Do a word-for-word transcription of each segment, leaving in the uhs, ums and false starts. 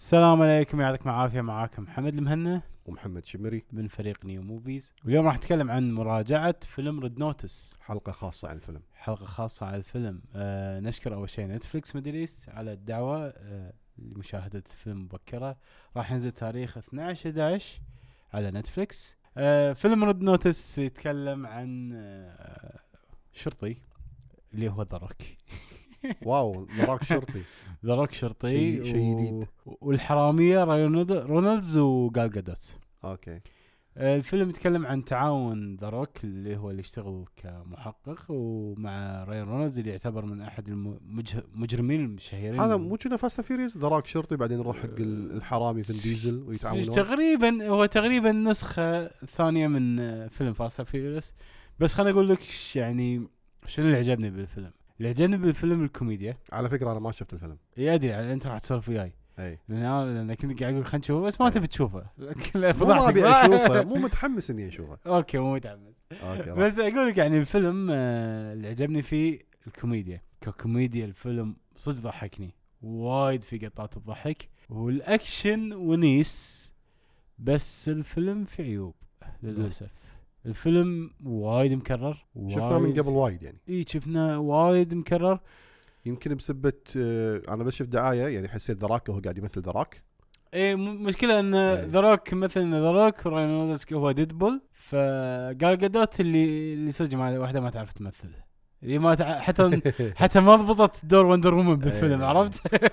السلام عليكم، يعطيكم العافية. معاكم محمد المهنا ومحمد شمري من فريق نيو موفيز، واليوم راح نتكلم عن مراجعة فيلم ريد نوتس، حلقة خاصة عن الفيلم. حلقة خاصة على الفيلم. آه نشكر أول شيء نتفليكس ميدليست على الدعوة آه لمشاهدة الفيلم مبكرة. راح ينزل تاريخ اثني عشر إحدى عشر على نتفليكس. آه فيلم ريد نوتس يتكلم عن آه شرطي اللي هو ذا روك. واو، ذا روك شرطي. ذا روك شرطي شيء شيء جديد. والحرامية رونالدز وغال جادوت. اوكي. الفيلم يتكلم عن تعاون ذا روك اللي هو اللي يشتغل كمحقق ومع راين رونالدز اللي يعتبر من احد المجرمين المشهيرين. هذا مو كنا فاست فيريوس، ذا روك شرطي بعدين يروح حق الحرامي في ديزل ويتعاونون. تقريبا هو تقريبا نسخة ثانية من فيلم فاست فيريوس. بس خليني اقول لك يعني شنو اللي عجبني بالفيلم. اللي عجبني بالفيلم الكوميديا. على فكرة انا ما شفت الفيلم. اي ادري انت راح تسولف وياي. اي لان كنت قاعد اقول خلينا نشوفه بس ما تبي تشوفه. مو ما ابي اشوفه، مو متحمس اني اشوفه. اوكي مو متحمس. اوكي بس اقول لك يعني الفيلم آه اللي عجبني فيه الكوميديا. ككوميديا الفيلم صدق ضحكني وايد، في قطات الضحك والاكشن ونيس. بس الفيلم في عيوب للاسف. الفيلم وايد مكرر، شفناه من قبل وايد يعني. اي شفنا وايد مكرر، يمكن بسبة آه انا بس شفت دعاية يعني حسيت دراك وهو قاعد يمثل دراك. ايه مشكلة ان ذا روك مثل ذا روك وراين رونالدز هو ديدبول، فقال قدوت اللي اللي صدق ما واحدة ما تعرف تمثل، اللي ما تع... حتى حتى ما ضبطت دور وندر وومن بالفيلم. عرفت؟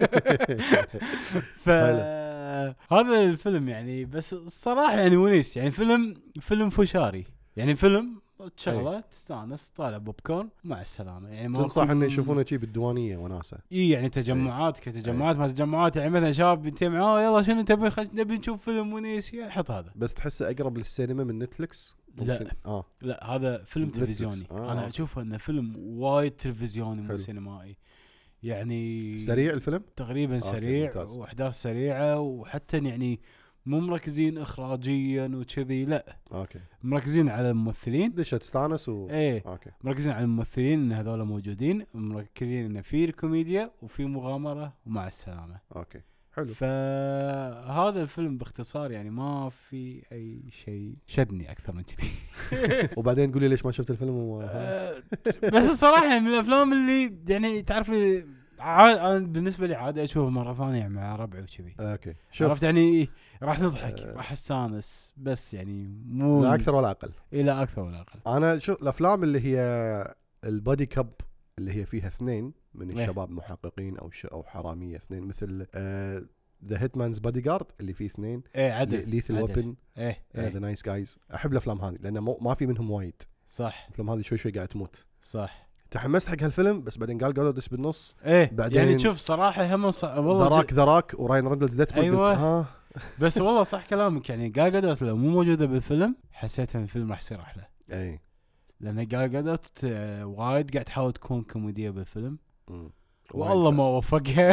فهذا الفيلم يعني بس الصراحة يعني ونيس، يعني فيلم فيلم فشاري، يعني فيلم تشغله تستانس طالع بوب كورن مع السلامه. يعني ما تنصح انه يشوفونه شيء بالديوانيه وناسه. اي يعني تجمعات كتجمعات ما تجمعات، يعني مثلا شباب انت معاه يلا شنو تبي خل... نبي نشوف فيلم ونيس، يعني حط هذا. بس تحسه اقرب للسينما من نتفليكس؟ لا اه لا هذا فيلم تلفزيوني. آه. انا اشوفه انه فيلم وايد تلفزيوني مو سينمائي. يعني سريع الفيلم تقريبا سريع واحداث سريعه، وحتى يعني مو مركزين اخراجيا وكذي، لا اوكي مركزين على الممثلين ليش تستانس و... ايه اوكي مركزين على الممثلين ان هذول موجودين، مركزين ان في الكوميديا وفي مغامره ومع السلامه. اوكي حلو. فهذا الفيلم باختصار يعني ما في اي شيء شدني اكثر من كذي. وبعدين قولي ليش ما شفت الفيلم و... بس الصراحه يعني من الافلام اللي يعني تعرف عاد بالنسبه لي عادي اشوفه مره ثانيه مع ربعي وكذي. اوكي عرفت يعني راح نضحك أه راح استانس، بس يعني مو لا اكثر ولا اقل. إيه لا اكثر ولا اقل. انا شوف الافلام اللي هي البادي كاب اللي هي فيها اثنين من الشباب محققين او ش... او حراميه اثنين، مثل ذا هيتمانز بادي جارد اللي فيه اثنين. ايه عدل ليثل ويبن. ايه ذا نايس جايز. احب الافلام هذه لان مو... ما في منهم وايد. صح. الافلام هذه شوي شوي قاعده تموت. صح. تحمست حق هالفيلم بس بعدين قال قالوا دش بالنص. ايه بعدين يعني تشوف صراحه هم ص... والله ذراك ذراك وراين رينولدز ديدبول. أيوة. ها بس والله صح كلامك، يعني قال قدرت لو مو موجوده بالفيلم حسيت ان الفيلم راح يصير احلى. اي لان قال قدرت وايد قاعد تحاول تكون كوميديه بالفيلم والله ما وفقها.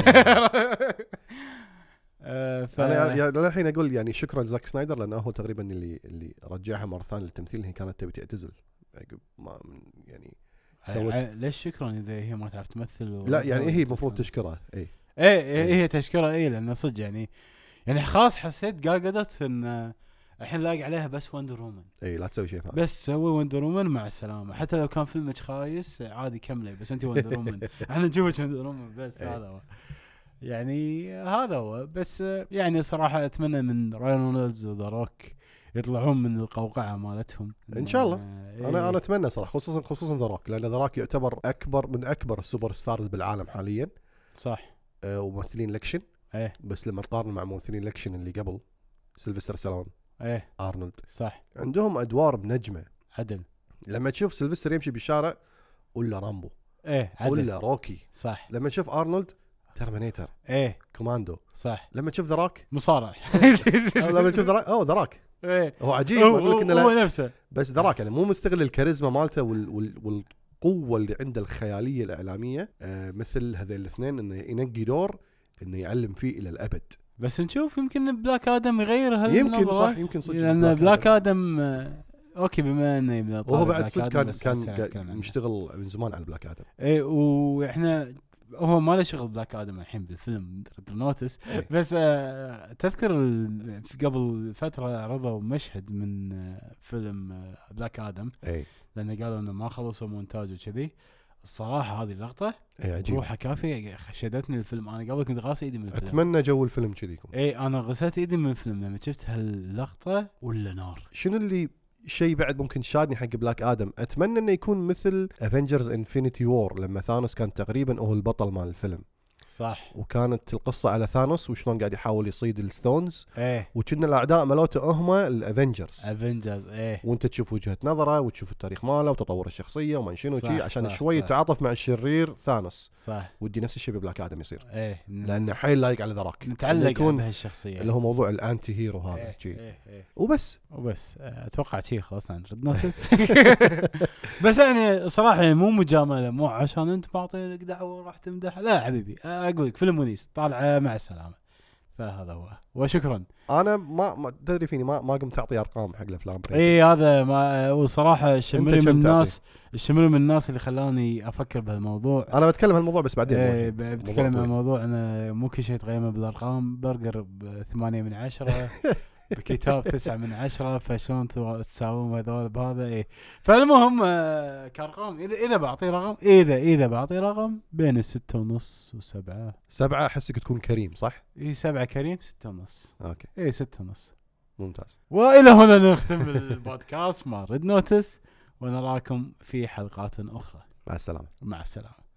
آه ف... انا يعني الحين اقول يعني شكرا زاك سنايدر لانه هو تقريبا اللي اللي رجعها مره ثانيه للتمثيل. هي كانت تبي تعتزل ما يعني سوت. ليش شكرا اذا هي ما تعرف تمثل؟ لا يعني هي المفروض تشكرها. اي اي اي هي تشكرها. اي لان صدق يعني يعني خلاص حسيت قال قدرت ان الحين لاقي عليها بس وندر وومن. اي لا تسوي شيء ثاني، بس سوي وندر وومن مع السلامه. حتى لو كان فيلمك خايس عادي كمله، بس انت وندر وومن احنا نشوفك وندر وومن بس. هذا هو يعني هذا هو. بس يعني صراحه اتمنى من راين رونالدز وذا روك يطلعون من القوقعه مالتهم ان شاء الله. إيه انا انا اتمنى صراحه خصوصا خصوصا ذا روك، لان ذا روك يعتبر اكبر من اكبر السوبر ستارز بالعالم حاليا. صح. أه وممثلين الاكشن. ايه بس لما تقارن مع ممثلين الاكشن اللي قبل سيلفستر ستالون ايه ارنولد صح عندهم ادوار بنجمه عدل. لما تشوف سيلفستر يمشي بالشارع ولا رامبو ايه عدل ولا روكي صح. لما تشوف ارنولد ترمينيتر ايه كوماندو صح. لما تشوف ذا روك مصارع. لما تشوف ذا روك اوه ذا روك ايه هو عجيب. هو, هو نفسه. بس ذا روك يعني مو مستغل الكاريزما مالته وال وال والقوه اللي عنده الخياليه الاعلاميه. آه مثل هذين الاثنين انه ينقي دور انه يعلم فيه الى الابد. بس نشوف يمكن بلاك آدم يغير هالنظرة. يمكن صح يمكن صدق لأن بلاك, بلاك آدم آه اوكي بما انه من وهو بعد صدق كان كان مشتغل من زمان على بلاك آدم. اي واحنا هو ما له شغل بلاك ادم الحين بالفيلم ريد نوتس، بس آه تذكر ال- في قبل فتره عرضوا مشهد من آه فيلم آه بلاك ادم، اي لان قالوا انه ما خلصوا مونتاج وكذي. الصراحه هذه اللقطه اي عجيب. روحها كافيه، شدتني الفيلم. انا قبل كنت غاسل ايدي من الفيلم. اتمنى جو الفيلم كذي يكون. اي انا غسلت ايدي من الفيلم لما شفت هاللقطه ولا نار. شنو اللي شيء بعد ممكن شادني حق بلاك ادم؟ اتمنى انه يكون مثل افنجرز انفينيتي وور لما ثانوس كان تقريبا هو البطل مال الفيلم، صح. وكانت القصه على ثانوس وشلون قاعد يحاول يصيد الستونز، ايه وكنا الاعداء مالوته هم الافنجرز، افنجرز. ايه وانت تشوف وجهه نظره وتشوف التاريخ ماله وتطور الشخصيه وما شنو صح، شيء عشان صح، شوي صح. تعاطف مع الشرير ثانوس. صح. ودي نفس الشيء ببلاك ادم يصير، ايه لانه حيل لايق على ذراك، نتعلق يكون بهالشخصيه اللي هو موضوع الانتي هيرو هذا إيه شيء. إيه إيه. وبس. وبس اتوقع شيء خلاص عن ريد نوتس. بس يعني صراحه يعني مو مجامله، مو عشان انت معطينك دعوه وراح تمدح، لا حبيبي اقول لك فيلم ونيس طالعه مع السلامه، فهذا هو وشكرا. انا ما, ما تدري فيني ما ما قمت اعطي ارقام حق الافلام. اي هذا ما وصراحه الشمري أنت من كم تعطي؟ الناس الشمري من الناس اللي خلاني افكر بهالموضوع. انا بتكلم هالموضوع بس بعدين. ايه مو الحين. بتكلم موضوع عن طويل. موضوع انه مو كل شيء تقيمه بالارقام. برجر بثمانية من عشرة، بكتاب تسعة من عشرة، فشلون تو- تساوون هذول بهذا. ايه فالمهم آه، كارقام اذا اذا بعطي رقم اذا اذا بعطي رقم بين الستة ونص وسبعة. سبعة احسك تكون كريم صح؟ اي سبعة كريم، ستة ونص. اوكي اي ستة ونص. ممتاز. والى هنا نختم البودكاست مع ريد نوتس، ونراكم في حلقات اخرى. مع السلامة. مع السلامة.